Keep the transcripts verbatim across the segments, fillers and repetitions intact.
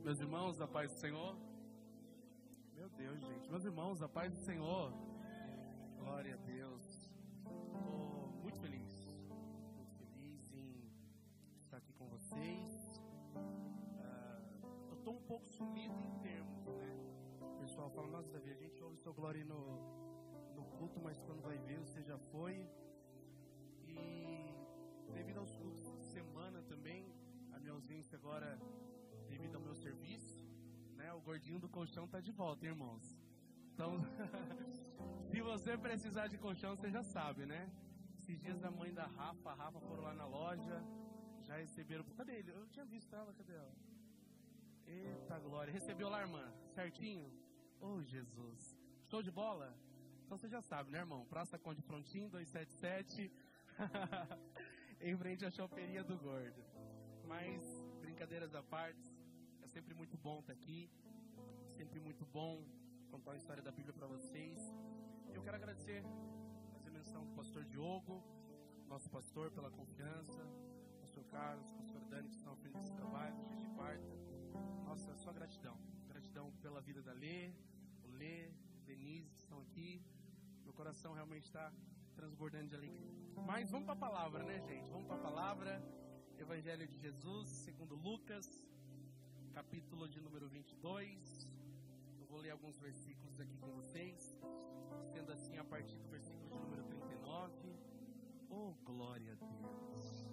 Meus irmãos, a paz do Senhor. Meu Deus, gente. Meus irmãos, a paz do Senhor. Glória a Deus. Estou muito feliz. Muito feliz em estar aqui com vocês. Uh, eu estou um pouco sumido em termos, né? O pessoal fala, nossa, Davi, a gente ouve o seu glória no, no culto, mas quando vai ver, você já foi. E devido aos cultos de semana também, a minha ausência agora... devido ao meu serviço, né? O gordinho do colchão tá de volta, hein, irmãos? Então, se você precisar de colchão, você já sabe, né? Esses dias a mãe da Rafa, a Rafa foram lá na loja, já receberam... Cadê ele? Eu tinha visto ela, cadê ela? Eita glória, recebeu lá, irmã? Certinho? Oh, Jesus. Show de bola? Então você já sabe, né, irmão? Praça Conde Frontin, duzentos e setenta e sete, em frente à choperia do gordo. Mas, brincadeiras à parte, é sempre muito bom estar aqui, sempre muito bom contar a história da Bíblia para vocês. Eu quero agradecer, fazer menção do pastor Diogo, nosso pastor, pela confiança, pastor Carlos, pastor Dani, que estão à frente desse trabalho, X de quarta. Nossa, só gratidão. Gratidão pela vida da Lê, o Lê, Denise, que estão aqui. Meu coração realmente está transbordando de alegria. Mas vamos para a palavra, né, gente? Vamos para a palavra. Evangelho de Jesus, segundo Lucas, capítulo de número vinte e dois. Eu vou ler alguns versículos aqui com vocês, sendo assim a partir do versículo de número trinta e nove. Oh, glória a Deus!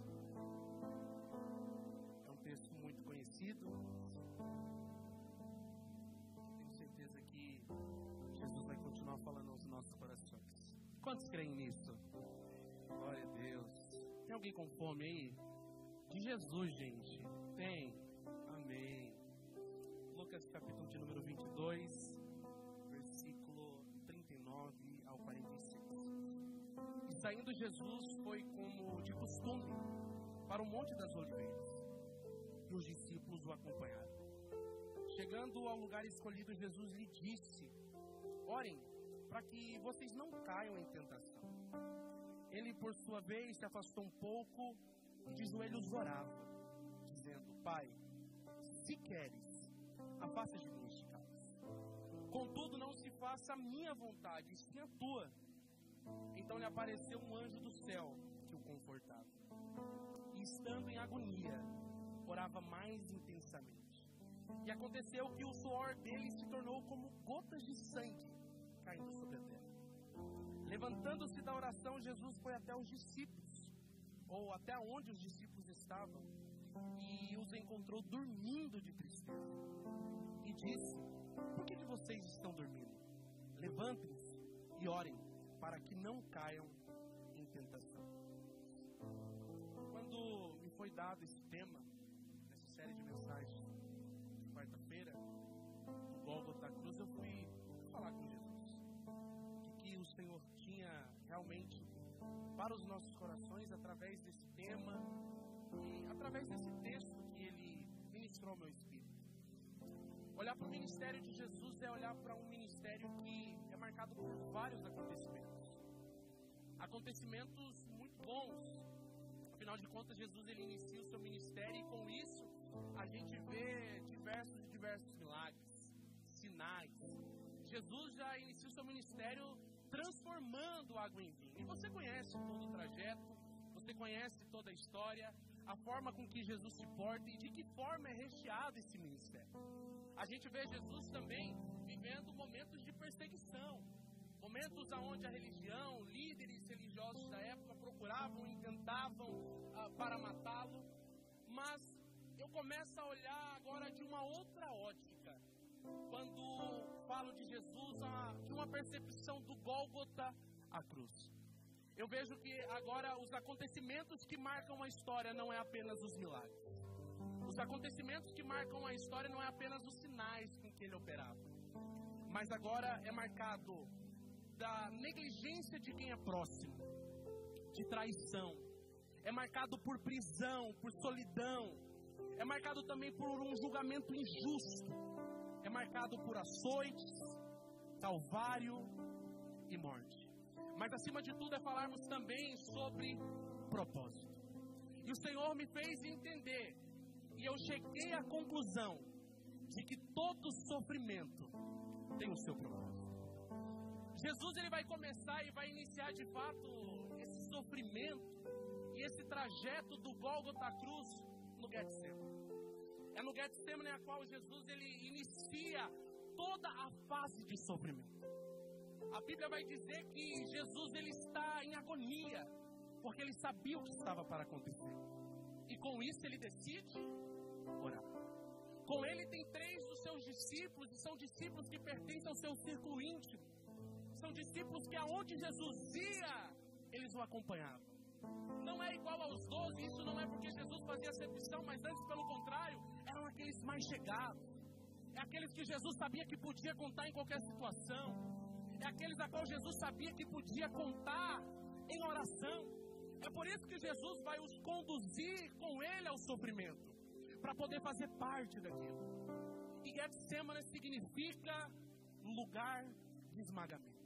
É um texto muito conhecido. Tenho certeza que Jesus vai continuar falando aos nossos corações. Quantos creem nisso? Glória a Deus! Tem alguém com fome aí? De Jesus, gente. Tem. Amém. Lucas capítulo de número vinte e dois, versículo trinta e nove ao quarenta e seis. E saindo Jesus foi como de costume para o Monte das Oliveiras, e os discípulos o acompanharam. Chegando ao lugar escolhido, Jesus lhe disse: orem, para que vocês não caiam em tentação. Ele, por sua vez, se afastou um pouco e de joelhos orava, dizendo: Pai, se queres, afasta de mim este cálice. Contudo, não se faça a minha vontade, e sim a tua. Então lhe apareceu um anjo do céu que o confortava. E estando em agonia, orava mais intensamente. E aconteceu que o suor dele se tornou como gotas de sangue caindo sobre a terra. Levantando-se da oração, Jesus foi até os discípulos, ou até onde os discípulos estavam, e os encontrou dormindo de tristeza. E disse: por que, que vocês estão dormindo? Levantem-se e orem, para que não caiam em tentação. Quando me foi dado esse tema, nessa série de mensagens de quarta-feira, do Gólgota à Cruz, eu fui falar com Jesus, de que o Senhor tinha realmente para os nossos corações, através desse tema e através desse texto que ele ministrou ao meu espírito. Olhar para o ministério de Jesus é olhar para um ministério que é marcado por vários acontecimentos. Acontecimentos muito bons. Afinal de contas, Jesus ele inicia o seu ministério e com isso a gente vê diversos e diversos milagres, sinais. Jesus já inicia o seu ministério transformando água em vinho. E você conhece todo o trajeto, você conhece toda a história, a forma com que Jesus se porta e de que forma é recheado esse ministério. A gente vê Jesus também vivendo momentos de perseguição, momentos onde a religião, líderes religiosos da época procuravam e tentavam uh, para matá-lo. Mas eu começo a olhar agora de uma outra ótica, quando falo de Jesus, de uma percepção do Gólgota à cruz. Eu vejo que agora os acontecimentos que marcam a história não é apenas os milagres. Os acontecimentos que marcam a história não é apenas os sinais com que ele operava. Mas agora é marcado da negligência de quem é próximo, de traição. É marcado por prisão, por solidão. É marcado também por um julgamento injusto. É marcado por açoites, calvário e morte. Mas acima de tudo é falarmos também sobre propósito. E o Senhor me fez entender, e eu cheguei à conclusão de que todo sofrimento tem o seu propósito. Jesus ele vai começar e vai iniciar de fato esse sofrimento e esse trajeto do Gólgota à cruz no Getsemane. É no Getsemane a qual Jesus ele inicia toda a fase de sofrimento. A Bíblia vai dizer que Jesus ele está em agonia, porque ele sabia o que estava para acontecer. E com isso ele decide orar. Com ele tem três dos seus discípulos, e são discípulos que pertencem ao seu círculo íntimo. São discípulos que aonde Jesus ia, eles o acompanhavam. Não é igual aos doze, isso não é porque Jesus fazia acepção, mas antes pelo contrário, eram aqueles mais chegados. É aqueles que Jesus sabia que podia contar em qualquer situação. É aqueles a qual Jesus sabia que podia contar em oração. É por isso que Jesus vai os conduzir com ele ao sofrimento, para poder fazer parte daquilo. E Getsemane significa lugar de esmagamento.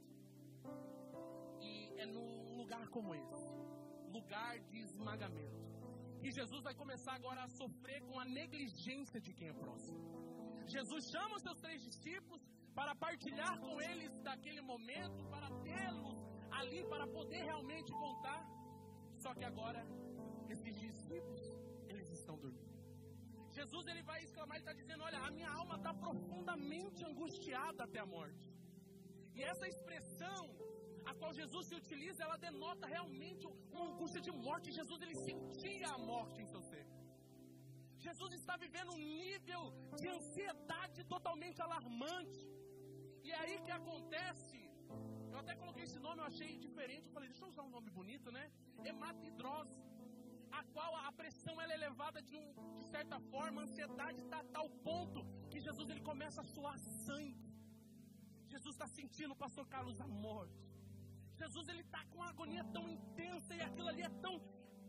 E é num lugar como esse, lugar de esmagamento, que Jesus vai começar agora a sofrer com a negligência de quem é próximo. Jesus chama os seus três discípulos para partilhar com eles daquele momento, para tê-los ali, para poder realmente contar. Só que agora, esses discípulos, eles estão dormindo. Jesus ele vai exclamar, ele está dizendo, olha, a minha alma está profundamente angustiada até a morte. E essa expressão a qual Jesus se utiliza, ela denota realmente uma angústia de morte. Jesus ele sentia a morte em seu ser. Jesus está vivendo um nível de ansiedade totalmente alarmante. E é aí que acontece, eu até coloquei esse nome, eu achei diferente, eu falei, deixa eu usar um nome bonito, né? Hematidrose, a qual a pressão ela é elevada de, um, de certa forma, a ansiedade está a tal ponto que Jesus ele começa a suar sangue. Jesus está sentindo, pastor Carlos, a morte. Jesus ele está com uma agonia tão intensa e aquilo ali é tão,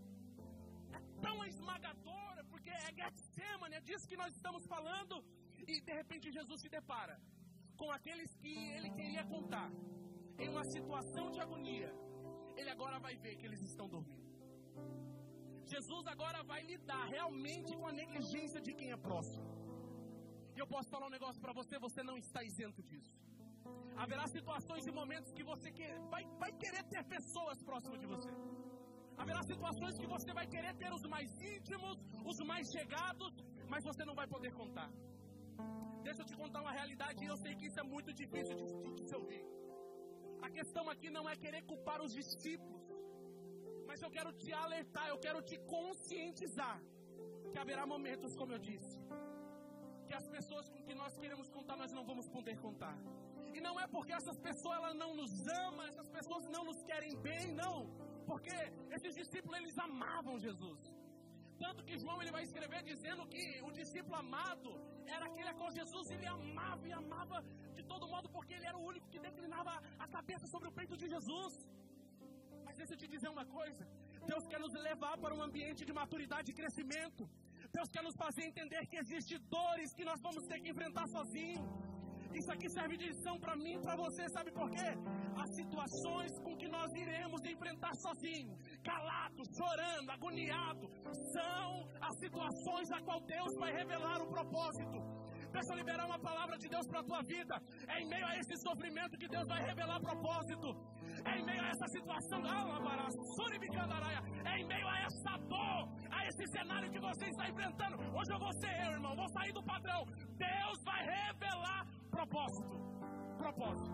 é tão esmagadora, porque é Getsemane, é disso que nós estamos falando. E de repente Jesus se depara com aqueles que ele queria contar em uma situação de agonia. Ele agora vai ver que eles estão dormindo. Jesus agora vai lidar realmente com a negligência de quem é próximo. E eu posso falar um negócio para você, você não está isento disso. Haverá situações e momentos que você quer, vai, vai querer ter pessoas próximas de você. Haverá situações que você vai querer ter os mais íntimos, os mais chegados, mas você não vai poder contar. Deixa eu te contar uma realidade, e eu sei que isso é muito difícil de, de, de se ouvir. A questão aqui não é querer culpar os discípulos, mas eu quero te alertar, eu quero te conscientizar que haverá momentos, como eu disse, que as pessoas com que nós queremos contar, nós não vamos poder contar. E não é porque essas pessoas elas não nos amam, essas pessoas não nos querem bem, não. Porque esses discípulos, eles amavam Jesus. Tanto que João ele vai escrever dizendo que o discípulo amado era aquele a qual Jesus ele amava e amava de todo modo, porque ele era o único que declinava a cabeça sobre o peito de Jesus. Mas deixa eu te dizer uma coisa, Deus quer nos levar para um ambiente de maturidade e crescimento. Deus quer nos fazer entender que existem dores que nós vamos ter que enfrentar sozinhos. Isso aqui serve de lição para mim e para você, sabe por quê? As situações com que nós iremos enfrentar sozinhos, calados, chorando, agoniados, são as situações a qual Deus vai revelar o propósito. Deixa eu liberar uma palavra de Deus para a tua vida. É em meio a esse sofrimento que Deus vai revelar propósito. É em meio a essa situação, é em meio a essa dor, a esse cenário que você está enfrentando. Hoje eu vou ser eu, irmão, vou sair do padrão. Deus vai revelar propósito. Propósito.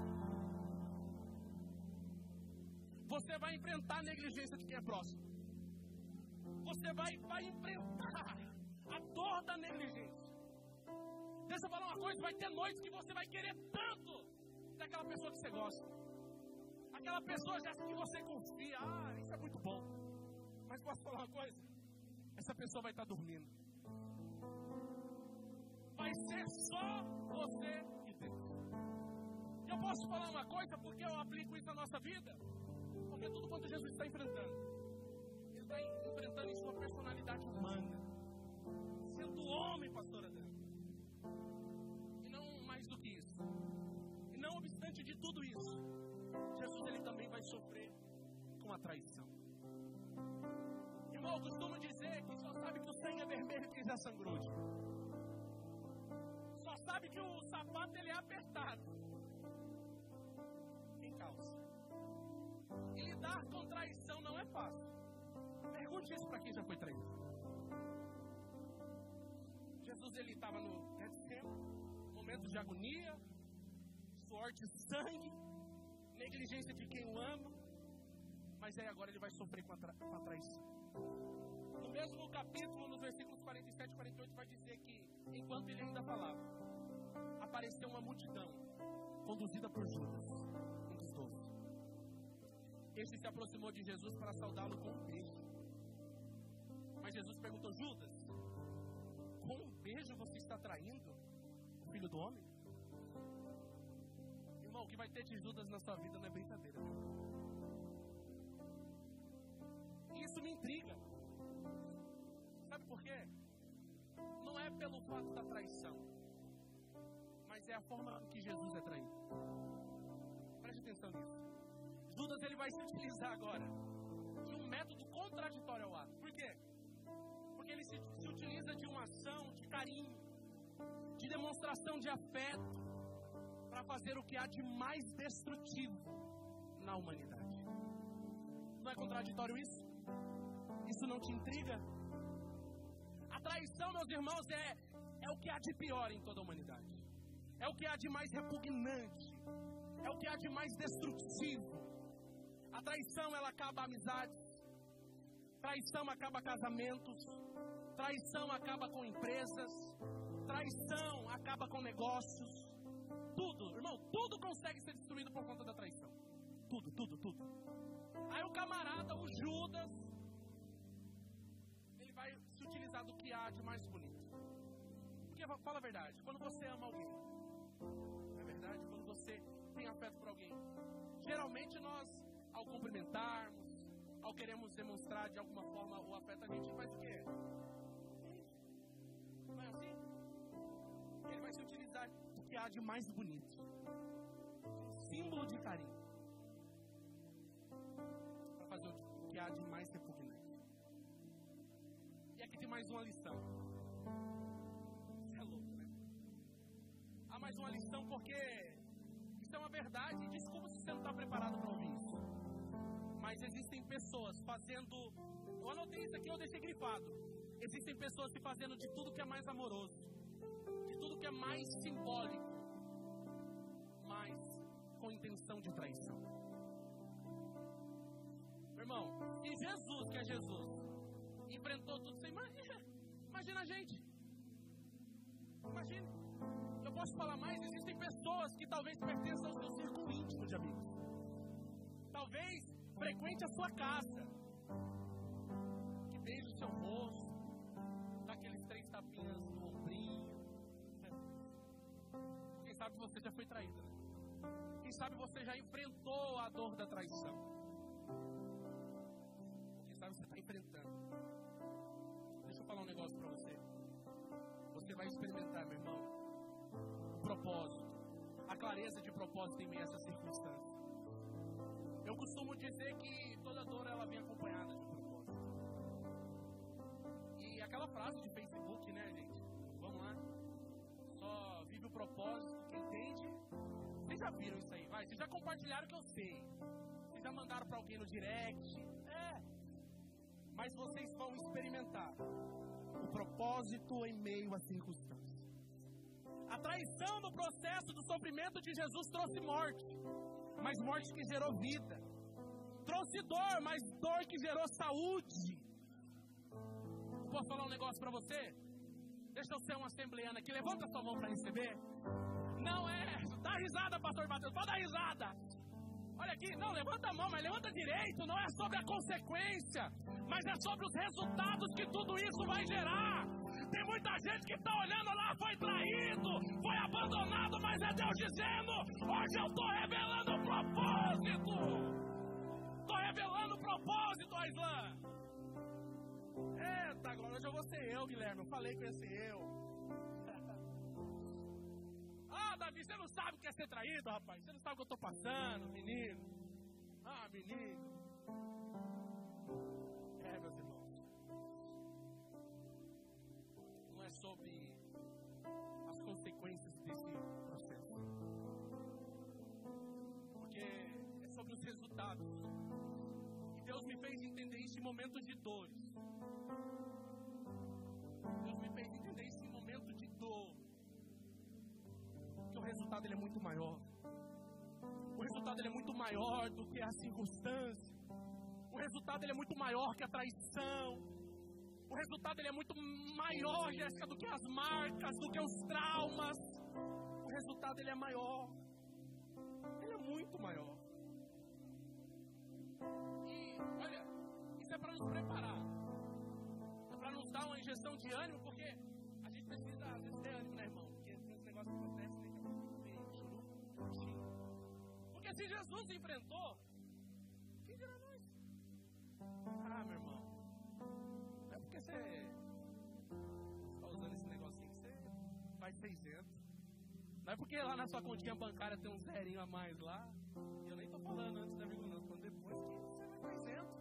Você vai enfrentar a negligência de quem é próximo. Você vai, vai enfrentar a dor da negligência. Deixa eu falar uma coisa, vai ter noites que você vai querer tanto daquela pessoa que você gosta. Aquela pessoa já que você confia, ah, isso é muito bom. Mas posso falar uma coisa? Essa pessoa vai estar dormindo. Vai ser só você e Deus. Eu posso falar uma coisa porque eu aplico isso na nossa vida. Porque tudo quanto Jesus está enfrentando, Ele está enfrentando em sua personalidade humana. Sendo homem, pastor Adão. E não mais do que isso. E não obstante de tudo isso, Jesus ele também vai sofrer com a traição. Irmão, eu costumo dizer que só sabe que o sangue é vermelho quem já sangrou. Só fato ele é apertado em calça. E lidar com traição não é fácil. Pergunte isso para quem já foi traído. Jesus, ele estava no Getsemane, momento de agonia, suor de sangue, negligência de quem o ama, mas aí agora ele vai sofrer com a, tra- com a traição. No mesmo capítulo, nos versículos quarenta e sete e quarenta e oito, vai dizer que, enquanto ele ainda falava, apareceu uma multidão, conduzida por Judas, um dos doze. Este se aproximou de Jesus para saudá-lo com um beijo. Mas Jesus perguntou: Judas, com um beijo você está traindo o Filho do Homem? Irmão, o que vai ter de Judas na sua vida não é brincadeira, viu? E isso me intriga. Sabe por quê? Não é pelo fato da traição, mas é a forma que Jesus é traído. Preste atenção nisso. Judas, ele vai se utilizar agora de um método contraditório ao ato. Por quê? Porque ele se, se utiliza de uma ação de carinho, de demonstração de afeto, para fazer o que há de mais destrutivo na humanidade. Não é contraditório isso? Isso não te intriga? A traição, meus irmãos, é, é o que há de pior em toda a humanidade. É o que há de mais repugnante. É o que há de mais destrutivo. A traição, ela acaba amizades. Traição acaba casamentos. Traição acaba com empresas. Traição acaba com negócios. Tudo, irmão, tudo consegue ser destruído por conta da traição. Tudo, tudo, tudo. Aí o camarada, o Judas, ele vai se utilizar do que há de mais bonito. Porque, fala a verdade, quando você ama alguém, não é verdade? Quando você tem afeto por alguém, geralmente nós, ao cumprimentarmos, ao queremos demonstrar de alguma forma o afeto, a gente faz o quê? Não é assim? Ele vai se utilizar do que há de mais bonito, símbolo de carinho, para fazer o que há de mais repugnante. E aqui tem mais uma lição. Isso é louco, né? Há mais uma lição porque isso é uma verdade. Desculpa se você não está preparado para ouvir isso, mas existem pessoas fazendo, eu anotei isso aqui, eu deixei grifado. Existem pessoas se fazendo de tudo que é mais amoroso, de tudo que é mais simbólico, mas com intenção de traição. Meu irmão, se Jesus, que é Jesus, enfrentou tudo, você imagina, imagina a gente. Imagina. Eu posso falar mais, existem pessoas que talvez pertençam ao seu círculo íntimo de amigos. Talvez frequente a sua casa, que beije o seu rosto, dá aqueles três tapinhas no ombrinho. Quem sabe você já foi traído, né? Quem sabe você já enfrentou a dor da traição. Quem sabe você está enfrentando. Deixa eu falar um negócio para você. Você vai experimentar, meu irmão, o propósito, a clareza de propósito em meio a essa circunstância. Eu costumo dizer que toda dor ela vem acompanhada de um propósito. E aquela frase de Facebook, né, gente? Vamos lá. Só vive o propósito quem entende. Vocês já viram isso aí, vai? Vocês já compartilharam o que eu sei. Vocês já mandaram para alguém no direct. É. Mas vocês vão experimentar o propósito em meio à circunstância. A traição no processo do sofrimento de Jesus trouxe morte, mas morte que gerou vida. Trouxe dor, mas dor que gerou saúde. Posso falar um negócio para você? Deixa eu ser um assembleano aqui. Levanta sua mão para receber. Não é, dá risada, pastor Matheus, pode dar risada. Olha aqui, não, levanta a mão, mas levanta direito. Não é sobre a consequência, mas é sobre os resultados que tudo isso vai gerar. Tem muita gente que está olhando lá, foi traído, foi abandonado, mas é Deus dizendo: hoje eu estou revelando o propósito. Estou revelando o propósito, Aislan. Eita, agora hoje eu vou ser eu, Guilherme. Eu falei que eu ia ser eu. Ah, Davi, você não sabe o que é ser traído, rapaz. Você não sabe o que eu estou passando, menino. Ah, menino. É, meus irmãos. Não é sobre as consequências desse processo. Deus me fez entender isso em momentos de dores. Deus me fez entender isso em momentos de dor. Porque o resultado ele é muito maior. O resultado ele é muito maior do que a circunstância. O resultado ele é muito maior que a traição. O resultado ele é muito maior, Jéssica, do que as marcas, do que os traumas. O resultado ele é maior. Ele é muito maior. E olha, isso é para nos preparar. É para nos dar uma injeção de ânimo, porque a gente precisa às vezes ter ânimo, né, irmão? Porque esse negócio que acontece, né, que é churu. Porque se Jesus enfrentou, quem dirá nós? Ah, meu irmão, não é porque você está usando esse negocinho que você faz seiscentos. Não é porque lá na sua continha bancária tem um zerinho a mais lá. E eu nem estou falando antes da vírgula, não. Estou falando depois que você vai estar isento.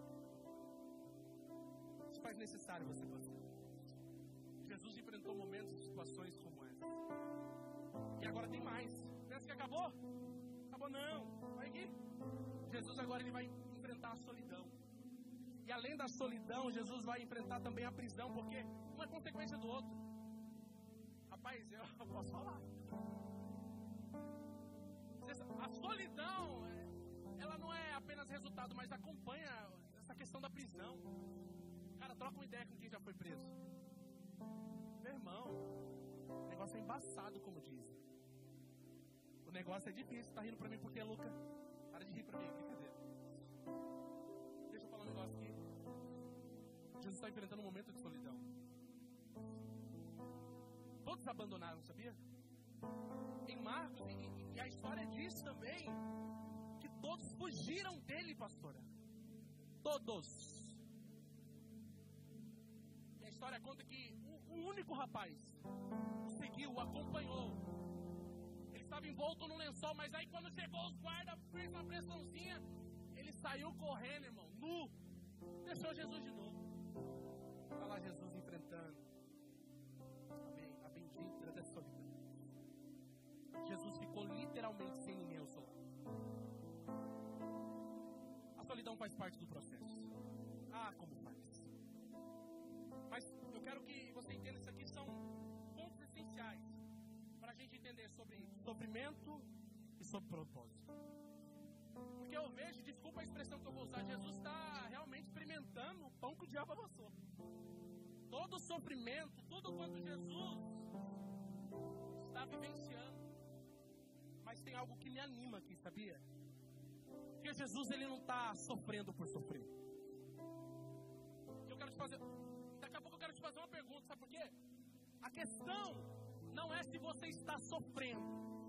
Isso faz necessário você passar. Jesus enfrentou momentos e situações como essa. E agora tem mais. Pensa que acabou? Acabou não. Vai aqui. Jesus agora ele vai enfrentar a solidão. E além da solidão, Jesus vai enfrentar também a prisão, porque uma é consequência do outro. Rapaz, eu posso falar. A solidão, ela não é apenas resultado, mas acompanha essa questão da prisão. Cara, troca uma ideia com quem já foi preso. Meu irmão, o negócio é embaçado, como dizem. O negócio é difícil. Tá rindo pra mim porque, Luca? Para de rir pra mim, brincadeira. Deixa eu falar um negócio aqui. Jesus está enfrentando um momento de solidão. Todos abandonaram, sabia? Em Marcos, e, e a história diz também que todos fugiram dele, pastora. Todos. E a história conta que um, um único rapaz o seguiu, o acompanhou. Ele estava envolto num lençol, mas aí quando chegou os guardas, fez uma pressãozinha, ele saiu correndo, irmão, nu. Deixou Jesus de novo. Está lá Jesus enfrentando a bendita da solidão. Jesus ficou literalmente sem ninguém ao seu lado. A solidão faz parte do processo. Ah, como faz. Mas eu quero que você entenda isso aqui, são pontos essenciais para a gente entender sobre sofrimento e sobre propósito. Porque eu vejo, desculpa a expressão que eu vou usar, Jesus está realmente experimentando o pão que o diabo amassou. Todo o sofrimento, tudo quanto Jesus está vivenciando. Mas tem algo que me anima aqui, sabia? Porque Jesus ele não está sofrendo por sofrer. Eu quero te fazer, daqui a pouco eu quero te fazer uma pergunta, sabe por quê? A questão não é se você está sofrendo.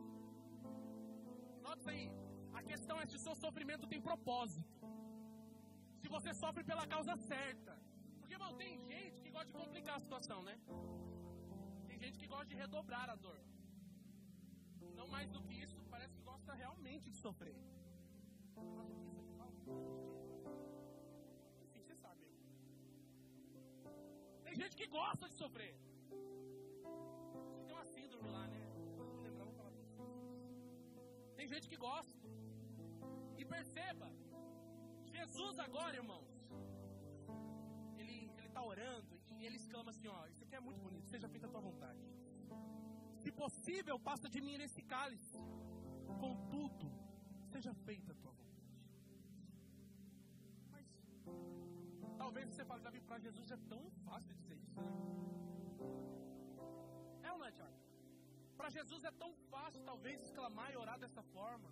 Nota aí, a questão é se o seu sofrimento tem propósito. Se você sofre pela causa certa. Porque, irmão, tem gente que gosta de complicar a situação, né? Tem gente que gosta de redobrar a dor. Não mais do que isso, parece que gosta realmente de sofrer. Mas o que isso aqui fala? Enfim, você sabe. Tem gente que gosta de sofrer. Tem uma síndrome lá, né? Não lembrar, vou falar com vocês. Tem gente que gosta. E perceba, Jesus agora, irmãos, ele está orando e ele exclama assim, ó, isso aqui é muito bonito, seja feita a tua vontade. Se possível, passa de mim nesse cálice. Contudo, seja feita a tua vontade. Mas, talvez você fale, Davi, para Jesus é tão fácil dizer isso, né? É ou não é, Tiago? Para Jesus é tão fácil, talvez, exclamar e orar dessa forma.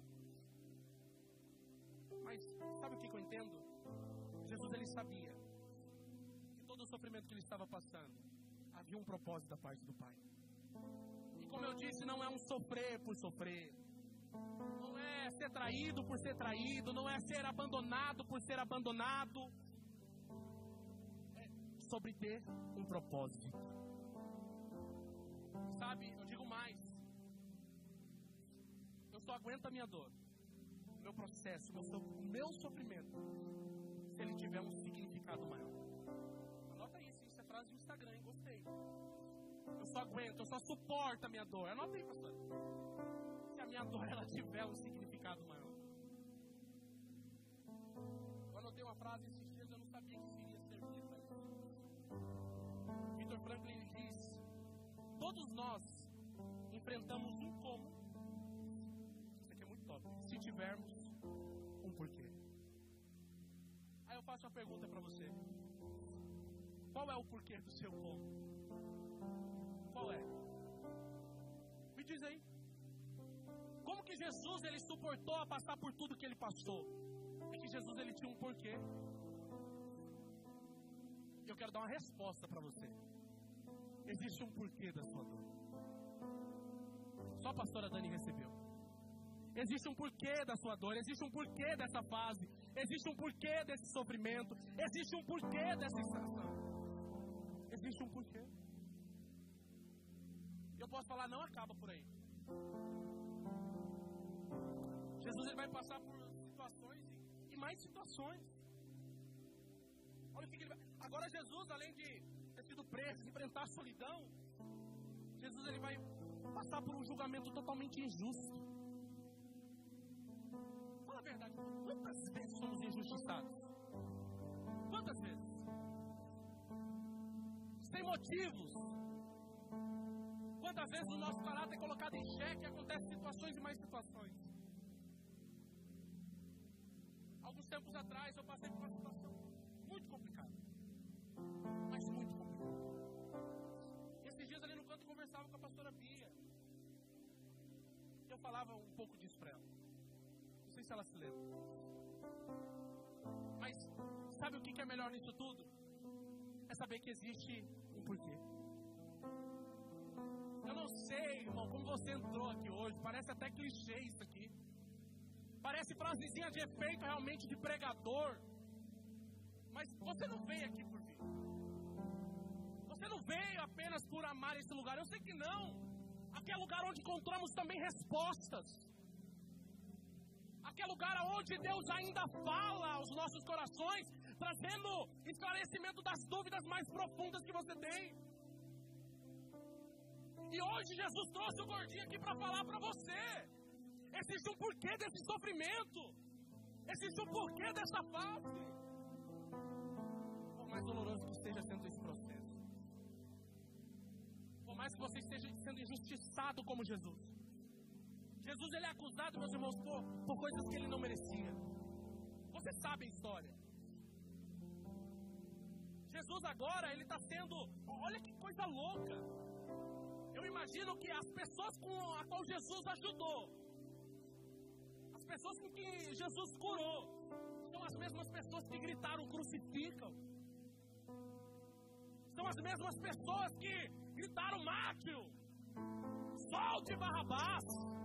Mas, sabe o que eu entendo? Jesus, ele sabia que todo o sofrimento que ele estava passando, havia um propósito da parte do Pai. Como eu disse, não é um sofrer por sofrer. Não é ser traído por ser traído. Não é ser abandonado por ser abandonado. É sobre ter um propósito. Sabe, eu digo mais. Eu só aguento a minha dor, o meu processo, o meu, so, o meu sofrimento, se ele tiver um significado maior. Anota isso, isso é frase do Instagram, hein? Gostei. Eu só aguento, eu só suporto a minha dor. Anota aí, pastor. Se a minha dor ela tiver um significado maior. Eu anotei uma frase esses dias. Victor Franklin diz: todos nós enfrentamos um como, isso aqui é muito top, se tivermos um porquê. Aí eu faço uma pergunta para você: qual é o porquê do seu como? Qual é? Me diz aí. Como que Jesus ele suportou a passar por tudo que ele passou? É que Jesus ele tinha um porquê. Eu quero dar uma resposta para você. Existe um porquê da sua dor. Só a pastora Dani recebeu. Existe um porquê da sua dor. Existe um porquê dessa fase. Existe um porquê desse sofrimento. Existe um porquê dessa estação. Existe um porquê. Eu posso falar, não acaba por aí. Jesus ele vai passar por situações e, e mais situações. Olha o que ele vai. Agora Jesus, além de ter sido preso, enfrentar a solidão, Jesus ele vai passar por um julgamento totalmente injusto. Fala a verdade. Quantas vezes somos injustiçados? Quantas vezes? Sem motivos. Quantas vezes o nosso caráter é colocado em xeque e acontecem situações e mais situações? Alguns tempos atrás eu passei por uma situação muito complicada. Mas muito complicada. Esses dias ali no canto eu conversava com a pastora Bia. Eu falava um pouco disso para ela. Não sei se ela se lembra. Mas sabe o que é melhor nisso tudo? É saber que existe um porquê. Eu não sei, irmão, como você entrou aqui hoje. Parece até clichê isso aqui. Parece frasezinha de efeito realmente de pregador. Mas você não veio aqui por vir. Você não veio apenas por amar esse lugar. Eu sei que não. Aqui é lugar onde encontramos também respostas. Aqui é lugar onde Deus ainda fala aos nossos corações, trazendo esclarecimento das dúvidas mais profundas que você tem. E hoje Jesus trouxe o gordinho aqui para falar para você. Existe um porquê desse sofrimento. Existe um porquê dessa fase. Por mais doloroso que esteja sendo esse processo, por mais que você esteja sendo injustiçado como Jesus, Jesus ele é acusado, meus irmãos, por, por coisas que ele não merecia. Você sabe a história. Jesus agora, ele está sendo, olha que coisa louca. Eu imagino que as pessoas com a qual Jesus ajudou, as pessoas com que Jesus curou, são as mesmas pessoas que gritaram crucificam. São as mesmas pessoas que gritaram mate-o, solte Barrabás.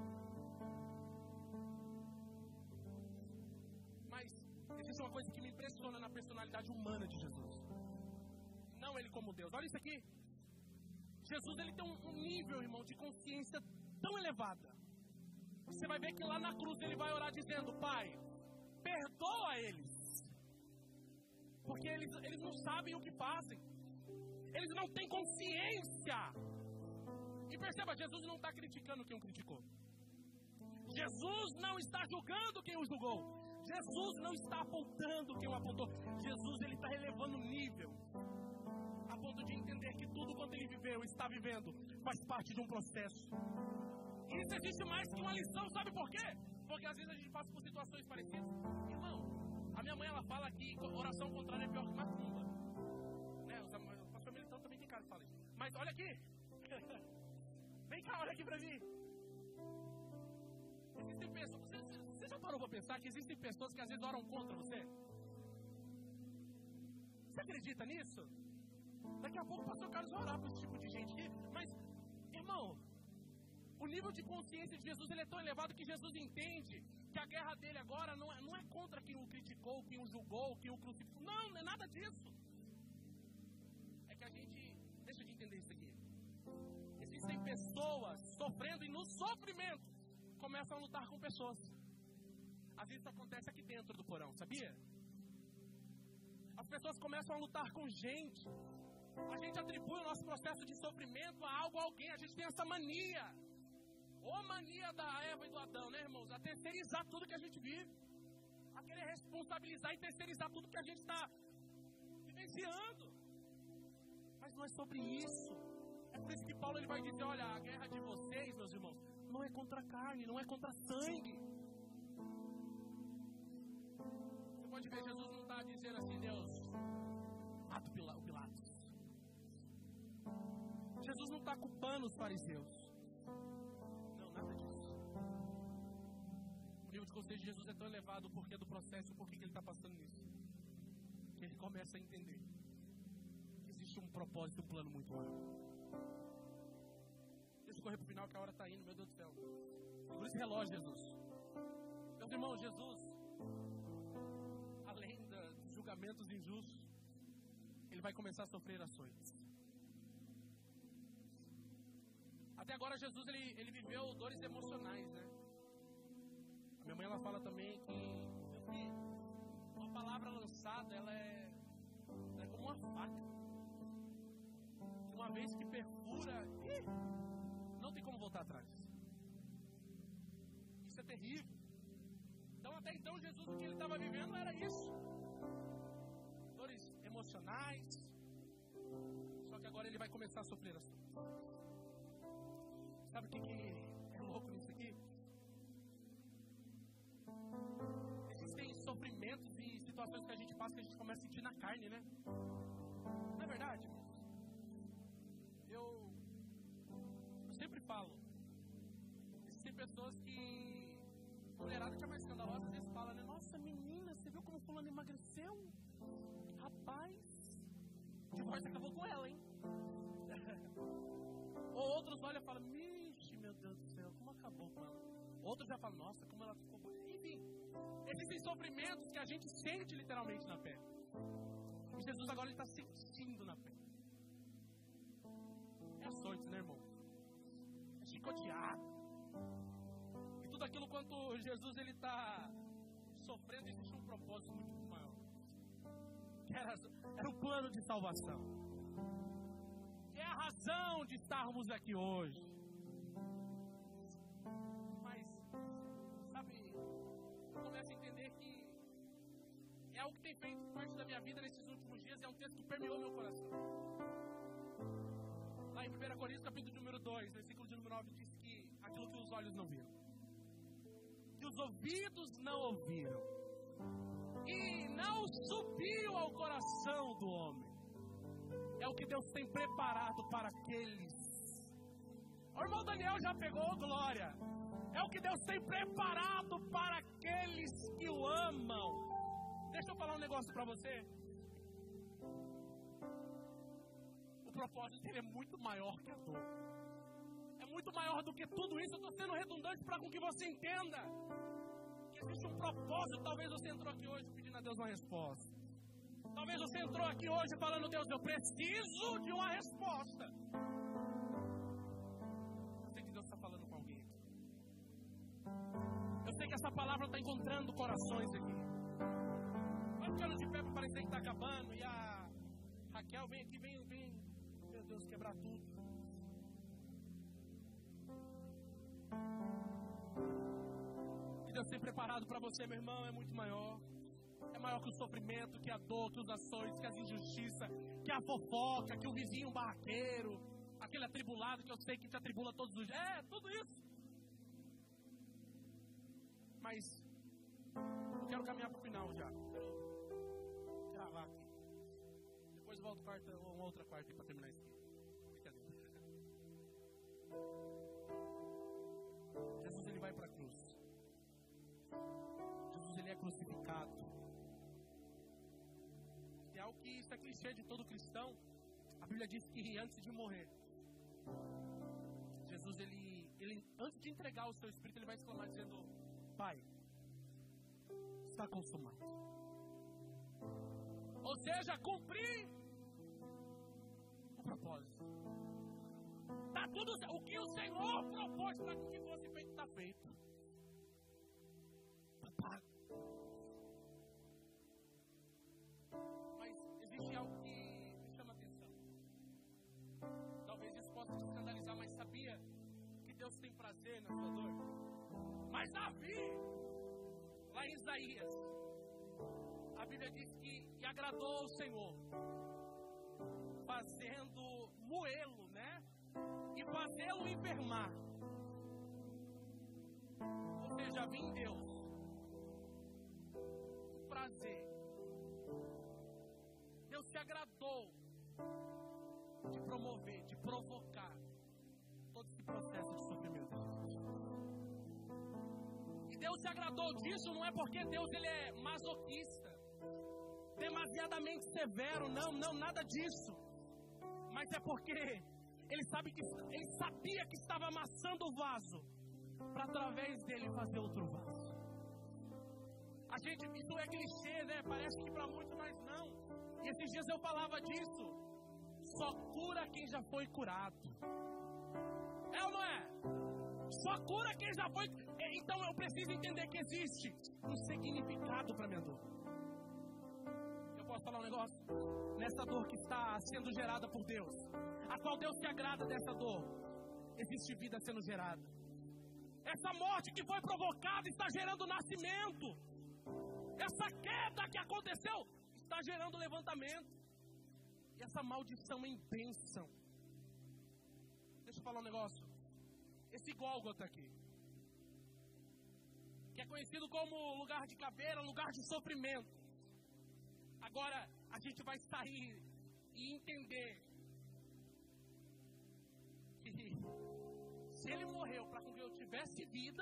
Mas existe uma coisa que me impressiona na personalidade humana de Jesus. Não ele como Deus. Olha isso aqui. Jesus ele tem um nível, irmão, de consciência tão elevada. Você vai ver que lá na cruz ele vai orar dizendo: Pai, perdoa eles, porque eles, eles não sabem o que fazem. Eles não têm consciência. E perceba, Jesus não está criticando quem o criticou. Jesus não está julgando quem o julgou. Jesus não está apontando quem o apontou. Jesus ele está elevando o nível, a ponto de entender que tudo quanto ele viveu, está vivendo, faz parte de um processo. E isso existe mais que uma lição, sabe por quê? Porque às vezes a gente passa por situações parecidas. Irmão, a minha mãe ela fala que oração contrária é pior que macumba, né? O pastor Militão também tem cara que fala isso. Mas olha aqui. Vem cá, olha aqui pra mim. Existem pessoas, você, você já parou pra pensar que existem pessoas que às vezes oram contra você? Você acredita nisso? Daqui a pouco o pastor Carlos vai orar para esse tipo de gente aqui. Mas, irmão, o nível de consciência de Jesus ele é tão elevado que Jesus entende que a guerra dele agora não é, não é contra quem o criticou, quem o julgou, quem o crucificou. Não, não é nada disso. É que a gente deixa de entender isso aqui. Existem pessoas sofrendo e no sofrimento começam a lutar com pessoas. Às vezes isso acontece aqui dentro do porão, sabia? As pessoas começam a lutar com gente. A gente atribui o nosso processo de sofrimento a algo, a alguém. A gente tem essa mania. Ou a mania da Eva e do Adão, né, irmãos? A terceirizar tudo que a gente vive. A querer responsabilizar e terceirizar tudo que a gente está vivenciando. não é sobre isso. É por isso que Paulo ele vai dizer, olha, a guerra de vocês, meus irmãos, não é contra a carne, não é contra sangue. Você pode ver, Jesus não está dizendo assim, Deus, mata o Pilatos. Jesus não está culpando os fariseus. Não, nada disso. O nível de consciência de Jesus é tão elevado, o porquê do processo, o porquê que ele está passando nisso. Que ele começa a entender que existe um propósito, um plano muito maior. Deixa eu correr para o final que a hora está indo, meu Deus do céu. Segura esse relógio, Jesus. Meus irmãos, Jesus, além da, dos julgamentos injustos, ele vai começar a sofrer açoites. Até agora Jesus ele, ele viveu dores emocionais, né? A minha mãe ela fala também que, meu filho, uma palavra lançada ela é, ela é como uma faca. Uma vez que perfura, não tem como voltar atrás. Isso é terrível. Então até então Jesus o que ele estava vivendo era isso. Dores emocionais. Só que agora ele vai começar a sofrer as coisas. Sabe o que, que é louco nisso aqui? Existem sofrimentos e situações que a gente passa que a gente começa a sentir na carne, né? Não é verdade? Eu, eu sempre falo. Existem pessoas que a mulherada que é mais escandalosa às vezes fala, né? Nossa, menina, você viu como fulano emagreceu? Rapaz, o divórcio acabou com ela, hein? Ou outros olham e falam, Mixe, meu Deus do céu, como acabou com ela? Outros já falam, nossa, como ela ficou boa. Enfim, existem sofrimentos que a gente sente literalmente na pele. E Jesus agora está sentindo na pele. É açoites, né, irmão? É chicoteado. E tudo aquilo quanto Jesus ele está sofrendo, existe um propósito muito maior. Que era, era o plano de salvação. Que é a razão de estarmos aqui hoje. Mas, sabe, eu começo a entender que é algo que tem feito parte da minha vida nesses últimos dias. É um texto que permeou meu coração. Lá em primeira Coríntios, capítulo número dois, versículo de número nove, diz que aquilo que os olhos não viram, que os ouvidos não ouviram, e não subiu ao coração do homem, é o que Deus tem preparado para aqueles. O irmão Daniel já pegou glória. É o que Deus tem preparado para aqueles que o amam. Deixa eu falar um negócio para você. O propósito dele é muito maior que a dor. É muito maior do que tudo isso. Eu estou sendo redundante para com que você entenda que existe um propósito. Talvez você entrou aqui hoje pedindo a Deus uma resposta. Talvez você entrou aqui hoje falando, Deus, eu preciso de uma resposta. Eu sei que Deus está falando com alguém aqui. Eu sei que essa palavra está encontrando corações aqui. Vai ficando de pé para parecer que está acabando. E a Raquel vem aqui, vem, vem, meu Deus, quebrar tudo. O que Deus tem preparado para você, meu irmão, é muito maior. É maior que o sofrimento, que a dor, que os açoites, que as injustiças, que a fofoca, que o vizinho barraqueiro, aquele atribulado que eu sei que te atribula todos os dias. É, tudo isso. Mas eu quero caminhar para o final já. Quero gravar aqui. Depois eu volto quarta, uma outra quarta para terminar isso aqui. Brincadeira. Jesus ele vai para a cruz. Jesus ele é crucificado. É algo que isso é clichê de todo cristão. A Bíblia diz que antes de morrer, Jesus ele, ele antes de entregar o seu espírito, ele vai exclamar dizendo, Pai, está consumado. Ou seja, cumprir o propósito. Tá tudo, o que o Senhor propôs para que fosse feito, está feito. Está pago. Mas existe algo que me chama a atenção. Talvez isso possa te escandalizar, mas sabia que Deus tem prazer na sua dor? Mas Davi, lá em Isaías, a Bíblia diz que, que agradou ao Senhor fazendo moê-lo, né? E fazê-lo enfermar. Ou seja, vim Deus. Prazer. Deus se agradou de promover, de provocar todo esse processo de sofrimento de Jesus. E Deus se agradou disso não é porque Deus ele é masoquista, demasiadamente severo, não, não, nada disso. Mas é porque ele sabe que ele sabia que estava amassando o vaso para através dele fazer outro vaso. A gente, isso é clichê, né? Parece que para muitos, mas não. E esses dias eu falava disso. Só cura quem já foi curado. É ou não é? Só cura quem já foi. Então eu preciso entender que existe um significado para minha dor. Eu posso falar um negócio? Nessa dor que está sendo gerada por Deus, a qual Deus se agrada dessa dor, existe vida sendo gerada. Essa morte que foi provocada está gerando nascimento. Essa queda que aconteceu está gerando levantamento. E essa maldição em bênção. Deixa eu falar um negócio. Esse Gólgota aqui, que é conhecido como lugar de caveira, lugar de sofrimento. Agora a gente vai sair e entender que se ele morreu para que eu tivesse vida,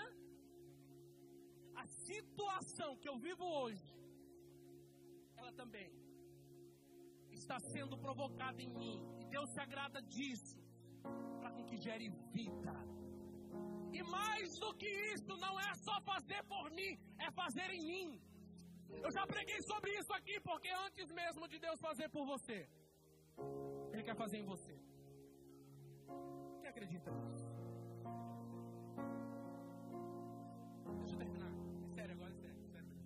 a situação que eu vivo hoje, ela também está sendo provocada em mim. E Deus se agrada disso, para que gere vida. E mais do que isso, não é só fazer por mim, é fazer em mim. Eu já preguei sobre isso aqui, porque antes mesmo de Deus fazer por você, Ele quer fazer em você. Quem acredita nisso? Deixa eu terminar. Sério, agora é sério, sério.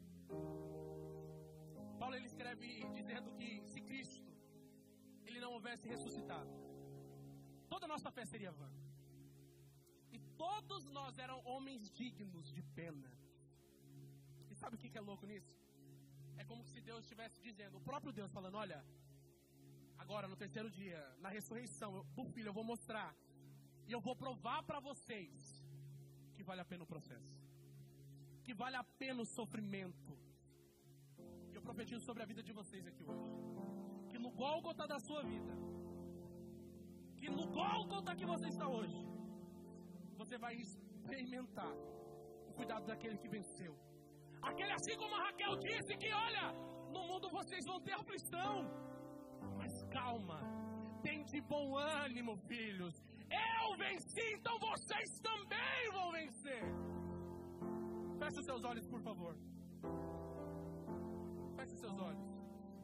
Paulo ele escreve dizendo que se Cristo ele não houvesse ressuscitado, toda a nossa fé seria vã. E todos nós eram homens dignos de pena. E sabe o que é louco nisso? É como se Deus estivesse dizendo, o próprio Deus falando, olha, agora no terceiro dia, na ressurreição eu, do Filho, eu vou mostrar e eu vou provar para vocês que vale a pena o processo, que vale a pena o sofrimento. E eu profetizo sobre a vida de vocês aqui hoje, que no Gólgota da sua vida, que no Gólgota que você está hoje, você vai experimentar o cuidado daquele que venceu. Aquele assim como a Raquel disse que, olha, no mundo vocês vão ter aflição, mas calma, tem de bom ânimo, filhos. Eu venci, então vocês também vão vencer. Feche os seus olhos, por favor. Feche os seus olhos.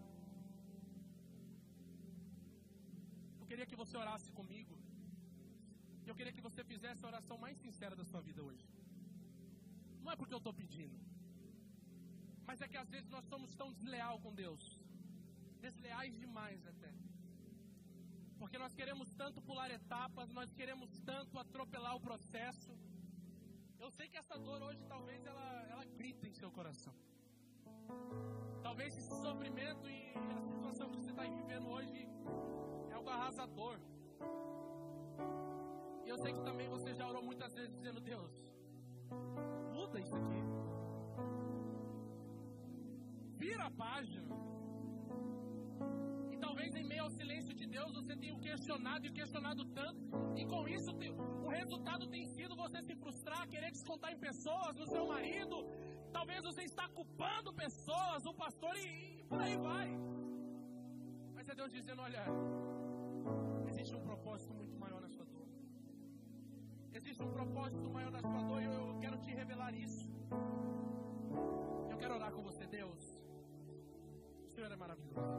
Eu queria que você orasse comigo. Eu queria que você fizesse a oração mais sincera da sua vida hoje. Não é porque eu estou pedindo, mas é que às vezes nós somos tão desleal com Deus, desleais demais até, porque nós queremos tanto pular etapas, nós queremos tanto atropelar o processo. Eu sei que essa dor hoje talvez ela, ela grita em seu coração. Talvez esse sofrimento e a situação que você está vivendo hoje é algo arrasador. E eu sei que também você já orou muitas vezes dizendo, Deus, muda isso aqui. Vira a página. E talvez em meio ao silêncio de Deus você tenha questionado e questionado tanto. E com isso o resultado tem sido você se frustrar, querer descontar em pessoas, no seu marido. Talvez você está culpando pessoas, o pastor e, e por aí vai. Mas é Deus dizendo, olha, existe um propósito muito maior na sua dor. Existe um propósito maior na sua dor e eu, eu quero te revelar isso. Eu quero orar com você, Deus. O Senhor é maravilhoso.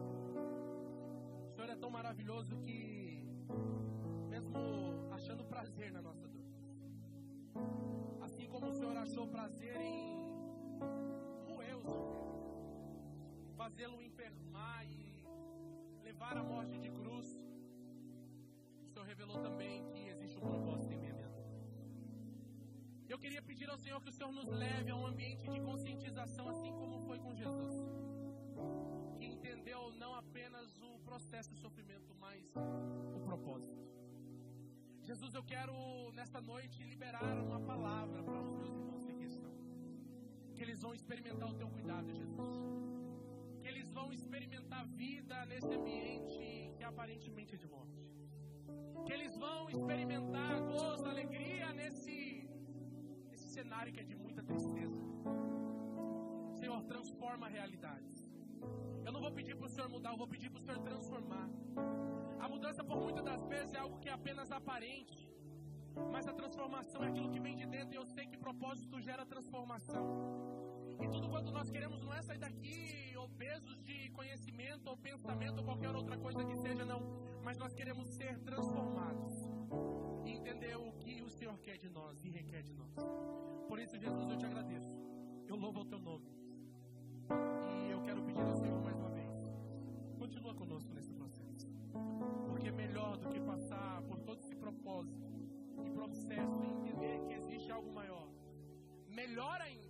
O Senhor é tão maravilhoso que, mesmo achando prazer na nossa dor, assim como o Senhor achou prazer em moer o seu filho, fazê-lo enfermar e levar a morte de cruz, o Senhor revelou também que existe um propósito em minha vida. Eu queria pedir ao Senhor que o Senhor nos leve a um ambiente de conscientização, assim como foi com Jesus, que entendeu não apenas o processo de sofrimento, mas o propósito. Jesus, eu quero nesta noite liberar uma palavra para os meus irmãos que aqui estão. Que eles vão experimentar o teu cuidado, Jesus. Que eles vão experimentar vida nesse ambiente que aparentemente é de morte. Que eles vão experimentar gozo, alegria nesse, nesse cenário que é de muita tristeza. Senhor, transforma realidades. Eu não vou pedir para o Senhor mudar, eu vou pedir para o Senhor transformar. A mudança, por muitas das vezes, é algo que é apenas aparente. Mas a transformação é aquilo que vem de dentro. E eu sei que propósito gera transformação. E tudo quanto nós queremos não é sair daqui obesos de conhecimento ou pensamento ou qualquer outra coisa que seja, não. Mas nós queremos ser transformados e entender o que o Senhor quer de nós e requer de nós. Por isso, Jesus, eu te agradeço. Eu louvo o teu nome. E eu quero pedir ao Senhor mais uma vez, continua conosco nesse processo. Porque é melhor do que passar por todo esse propósito e processo e entender que existe algo maior. Melhor ainda